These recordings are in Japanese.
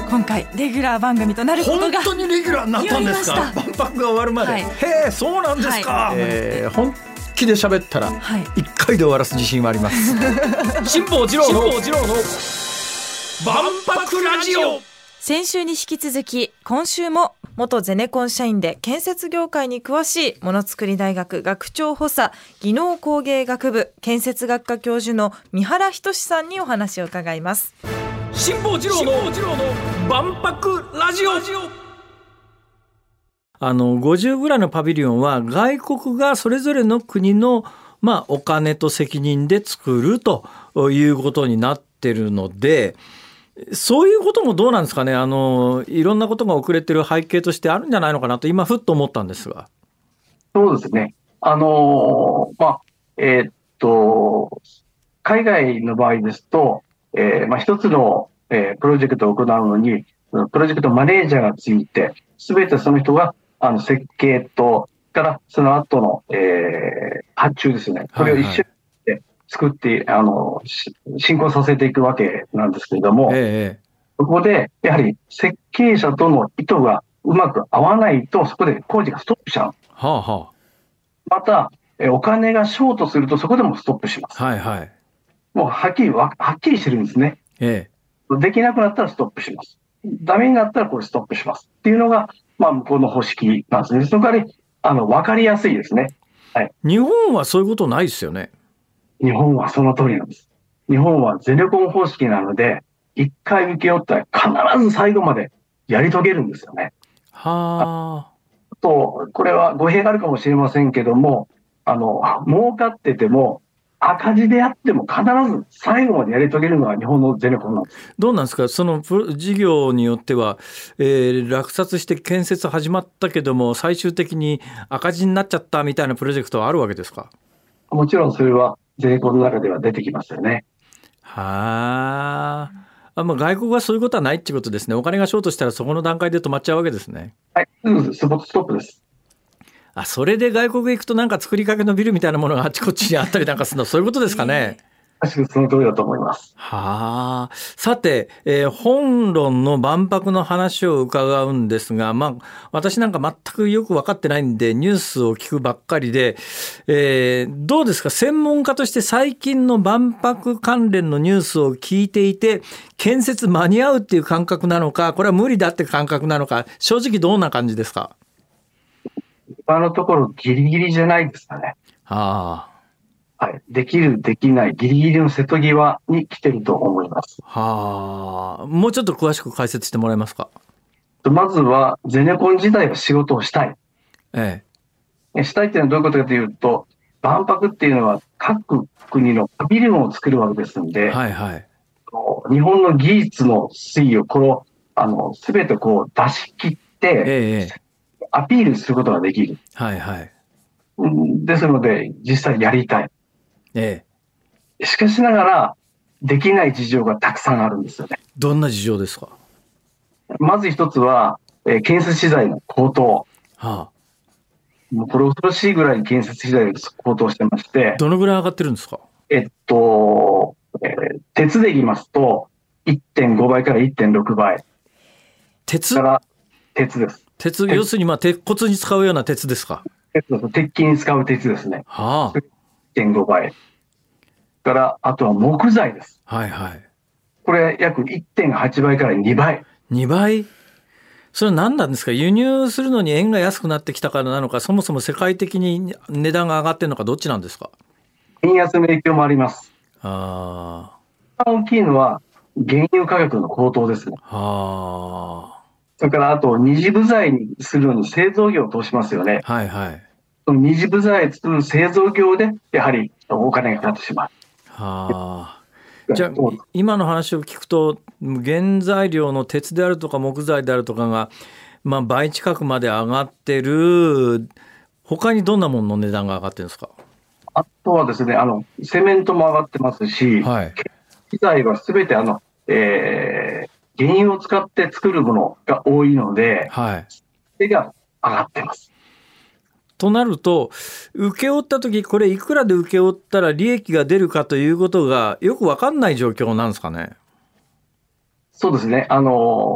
今回レギュラー番組となることが本当にレギュラーになったんですか？万博が終わるまで、はい、へえ、そうなんですか、本気で喋ったら1回で終わらす自信はあります辛坊治郎の万博ラジオ。 先週に引き続き今週も元ゼネコン社員で建設業界に詳しいものづくり大学学長補佐技能工芸学部建設学科教授の三原仁さんにお話を伺います。 辛坊治郎の万博ラジオ。 50ぐらいのパビリオンは外国がそれぞれの国の、お金と責任で作るということになってるので、そういうこともどうなんですかね。いろんなことが遅れてる背景としてあるんじゃないのかなと今ふっと思ったんですが。 そうですね。海外の場合ですと、一つの、プロジェクトを行うのにプロジェクトマネージャーがついて、すべてその人が設計とからその後の、発注ですね。これを一緒に作って、進行させていくわけなんですけれども、そこでやはり設計者との意図がうまく合わないと、そこで工事がストップしちゃう。また、お金がショートするとそこでもストップします。もうはっきりしてるんですね。できなくなったらストップします。ダメになったらこれストップしますっていうのが、向こうの方式なんですね。その代わり分かりやすいですね。 日本はそういうことないですよね。 日本はその通りなんです。日本はゼネコン方式なので、一回受け負ったら必ず最後までやり遂げるんですよね。これは語弊があるかもしれませんけども、儲かってても赤字であっても必ず最後までやり遂げるのが日本のゼネコンなんです。 どうなんですか、その事業によっては、落札して建設始まったけども最終的に赤字になっちゃったみたいなプロジェクトはあるわけですか？ もちろんそれはゼネコンの中では出てきますよね。 外国はそういうことはないってことですね。お金がショートしたらそこの段階で止まっちゃうわけですね。 ストップです。 それで外国行くとなんか作りかけのビルみたいなものがあっちこっちにあったりなんかするのそういうことですかね。 確かにその通りだと思います。 さて、本論の万博の話を伺うんですが、私なんか全くよく分かってないんでニュースを聞くばっかりで、どうですか、専門家として最近の万博関連のニュースを聞いていて建設間に合うっていう感覚なのか、これは無理だって感覚なのか、正直どんな感じですか？ 今のところギリギリじゃないですかね。できるできないギリギリの瀬戸際に来てると思います。 もうちょっと詳しく解説してもらえますか？ まずはゼネコン自体は仕事をしたい、したいっていうのはどういうことかというと、万博っていうのは各国のパビリオンを作るわけですので、日本の技術の推移を全て出し切って、アピールすることができる。ですので実際やりたい。しかしながらできない事情がたくさんあるんですよね。 どんな事情ですか？ まず一つは、建設資材の高騰。もうこれ恐ろしいぐらいに建設資材が高騰してまして。 どのぐらい上がってるんですか？ 鉄で言いますと 1.5 倍から 1.6 倍。鉄です。 要するに鉄骨に使うような鉄ですか？ 鉄筋に使う鉄ですね。1.5 倍。からあとは木材です。これ約 1.8 倍から2倍。 2倍？それは何なんですか？輸入するのに円が安くなってきたからなのか、そもそも世界的に値段が上がってるのか、どっちなんですか？ 円安の影響もあります。大きいのは原油価格の高騰ですね。それからあと二次部材にするのに製造業を通しますよね。その二次部材を作る製造業でやはりお金がかかってしまう。 じゃあ今の話を聞くと原材料の鉄であるとか木材であるとかが、倍近くまで上がってる。他にどんなものの値段が上がってるんですか？ あとはですね、セメントも上がってますし、機材はすべて原油を使って作るものが多いので、それが上がってます。 となると請け負った時、これいくらで請け負ったら利益が出るかということがよく分かんない状況なんですかね？ そうですね。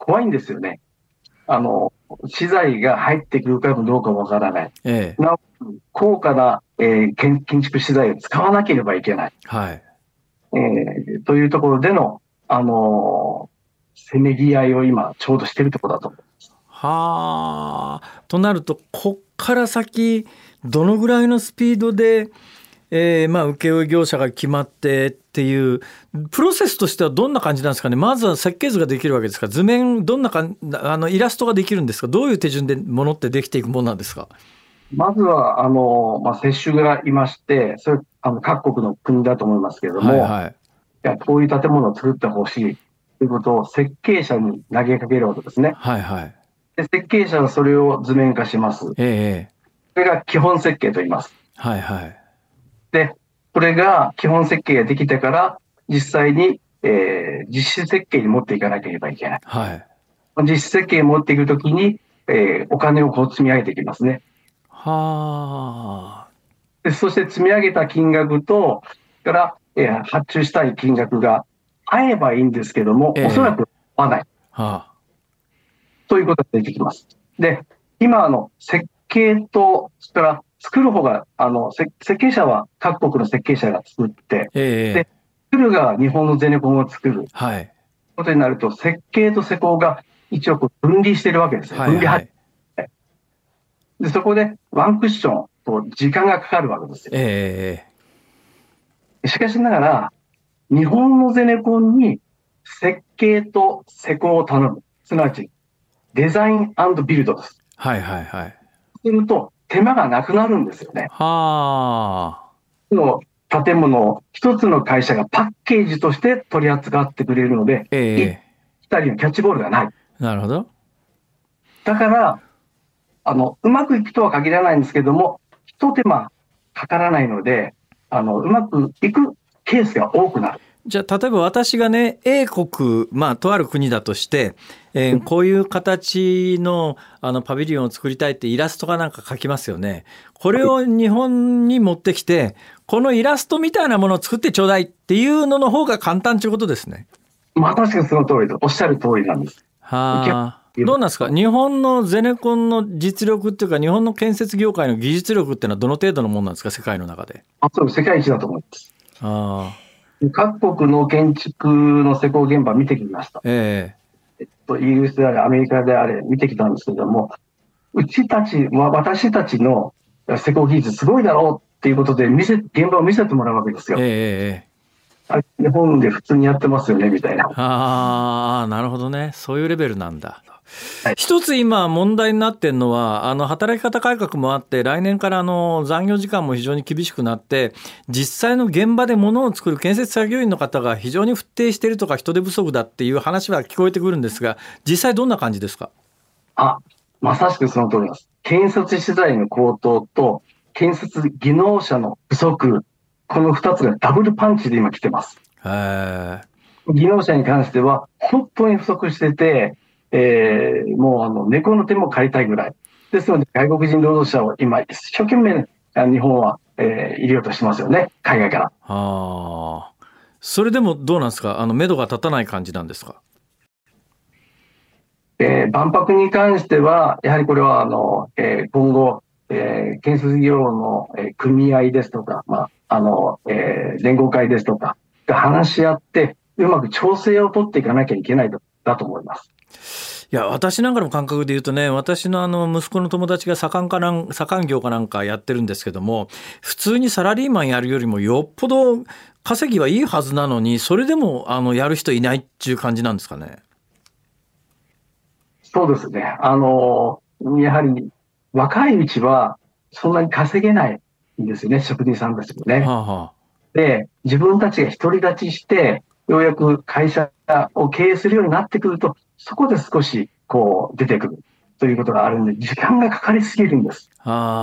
怖いんですよね。資材が入ってくるかどうかもわからない。なお高価な、建築資材を使わなければいけない。 はい。 というところでの、せめぎ合いを今ちょうどしているところだと思います。 はあ。となると、こっから先どのぐらいのスピードで、請負業者が決まってっていうプロセスとしてはどんな感じなんですかね。まずは設計図ができるわけですか。図面どんなイラストができるんですか。どういう手順でものってできていくものなんですか。 まずは接種がいまして、それ各国の国だと思いますけれども、いやこういう建物を作ってほしいということを設計者に投げかけるわけですね。で設計者はそれを図面化します。それが基本設計と言います。で、これが基本設計ができてから、実際に、実施設計に持っていかなければいけない。実施設計に持っていくときに、お金をこう積み上げていきますね。でそして積み上げた金額と、から、発注したい金額が合えばいいんですけども、おそらく合わない。ということが出てきます。で、今、設計と、それから作る方が、設計者は各国の設計者が作って、で、作るが日本のゼネコンを作る。ことになると、設計と施工が一応分離しているわけですよ。分離で、そこでワンクッションと時間がかかるわけですよ。しかしながら、日本のゼネコンに設計と施工を頼む。すなわち、デザイン&ビルドです。すると、手間がなくなるんですよね。の建物を一つの会社がパッケージとして取り扱ってくれるので、二人のキャッチボールがない。 なるほど。 だから、うまくいくとは限らないんですけども、一手間かからないので、うまくいくケースが多くなる。 じゃあ例えば私がね A 国、とある国だとして、こういう形のパビリオンを作りたいってイラストかなんか描きますよね。これを日本に持ってきてこのイラストみたいなものを作ってちょうだいっていうのの方が簡単ということですね。 まさしくその通りです。おっしゃる通りなんです。 どうなんですか。日本のゼネコンの実力っていうか日本の建設業界の技術力っていうのはどの程度のものなんですか、世界の中で。 そう世界一だと思います。各国の建築の施工現場見てきました。イギリスであれ、アメリカであれ、見てきたんですけども、私たちの施工技術すごいだろうっていうことで現場を見せてもらうわけですよ。日本で普通にやってますよねみたいな。 なるほどね。そういうレベルなんだ。一つ今問題になっているのは働き方改革もあって来年から残業時間も非常に厳しくなって実際の現場で物を作る建設作業員の方が非常に不定しているとか人手不足だっていう話は聞こえてくるんですが実際どんな感じですか。 まさしくその通りです。建設資材の高騰と建設技能者の不足、この2つがダブルパンチで今来てます。技能者に関しては本当に不足しててもう猫の手も借りたいぐらいですので外国人労働者を今一生懸命日本は、入れようとしてますよね、海外から。 それでもどうなんですか。目処が立たない感じなんですか。 万博に関してはやはりこれは今後、建設業の、組合ですとか、連合会ですとかが話し合ってうまく調整を取っていかなきゃいけないだと思います。 いや私なんかの感覚で言うとね、私の息子の友達が左官業かなんかやってるんですけども、普通にサラリーマンやるよりもよっぽど稼ぎはいいはずなのにそれでもやる人いないっていう感じなんですかね。 そうですね。やはり若いうちはそんなに稼げないんですよね、職人さんたちもね。で、自分たちが独り立ちしてようやく会社を経営するようになってくるとそこで少し出てくるということがあるので時間がかかりすぎるんです。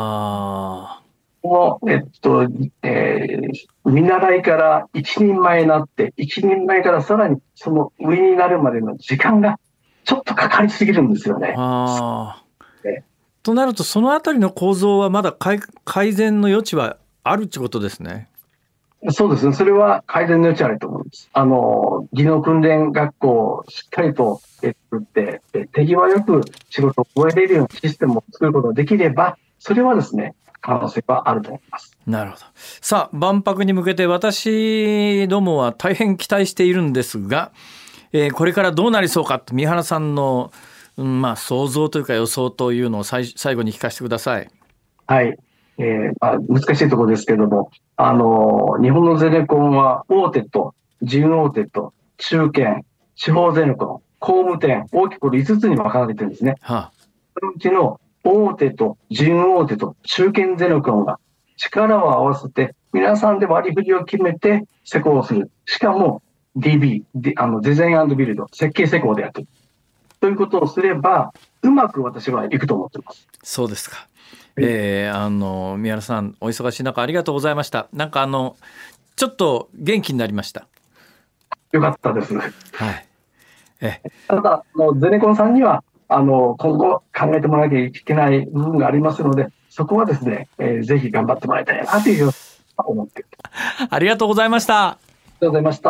見習いから一人前になって一人前からさらにその上になるまでの時間がちょっとかかりすぎるんですよね。 となるとそのあたりの構造はまだ改善の余地はあるってことですね。 そうですね。それは改善の余地あると思います。技能訓練学校をしっかりと作って、 手際よく仕事を覚えれるようなシステムを作ることができれば、それはですね、可能性はあると思います。 なるほど。さあ、万博に向けて私どもは大変期待しているんですが、これからどうなりそうかと、三原さんの、想像というか予想というのを最後に聞かせてください。 はい。難しいところですけれども、日本のゼネコンは大手と準大手と中堅、地方ゼネコン、工務店、大きく5つに分かれてるんですね。そのうちの大手と準大手と中堅ゼネコンが力を合わせて、皆さんで割り振りを決めて施工をする。しかも DB、デザイン&ビルド、設計施工でやっている。ということをすれば、うまく私はいくと思っています。 そうですか。三原さん、お忙しい中ありがとうございました。なんかちょっと元気になりました。 よかったです。 はい。 ただゼネコンさんには今後考えてもらわなきゃいけない部分がありますので、そこはですね、ぜひ頑張ってもらいたいなというふうに思っている。 ありがとうございました。 ありがとうございました。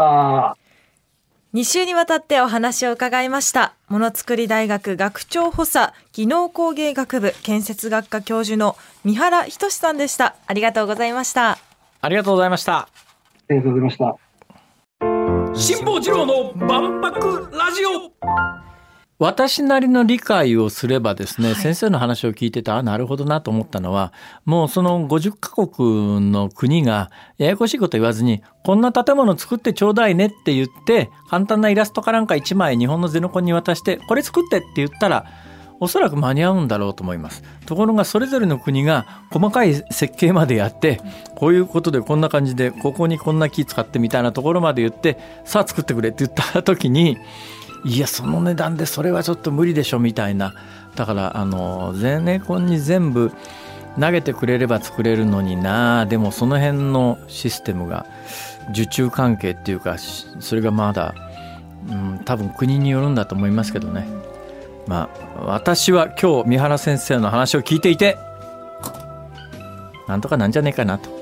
2週にわたってお話を伺いました。ものつくり大学学長補佐技能工芸学部建設学科教授の三原仁さんでした。ありがとうございました。 ありがとうございました。 ありがとうございました。 辛坊治郎の万博ラジオ。私なりの理解をすればですね、先生の話を聞いててなるほどなと思ったのは、もうその50カ国の国がややこしいこと言わずに、こんな建物作ってちょうだいねって言って、簡単なイラストかなんか1枚日本のゼネコンに渡して、これ作ってって言ったらおそらく間に合うんだろうと思います。ところがそれぞれの国が細かい設計までやって、こういうことでこんな感じでここにこんな木使ってみたいなところまで言って、さあ作ってくれって言った時に、いやその値段でそれはちょっと無理でしょみたいな。だからゼネコンに全部投げてくれれば作れるのにな。でもその辺のシステムが受注関係っていうか、それがまだ、多分国によるんだと思いますけどね。私は今日三原先生の話を聞いていて、なんとかなんじゃねえかなと。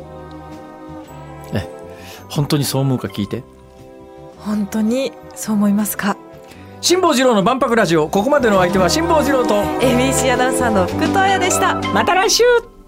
本当にそう思うか聞いて。 本当にそう思いますか。 辛坊治郎の万博ラジオ、ここまでのお相手は辛坊治郎と ABC アナウンサーの福藤彩でした。 また来週。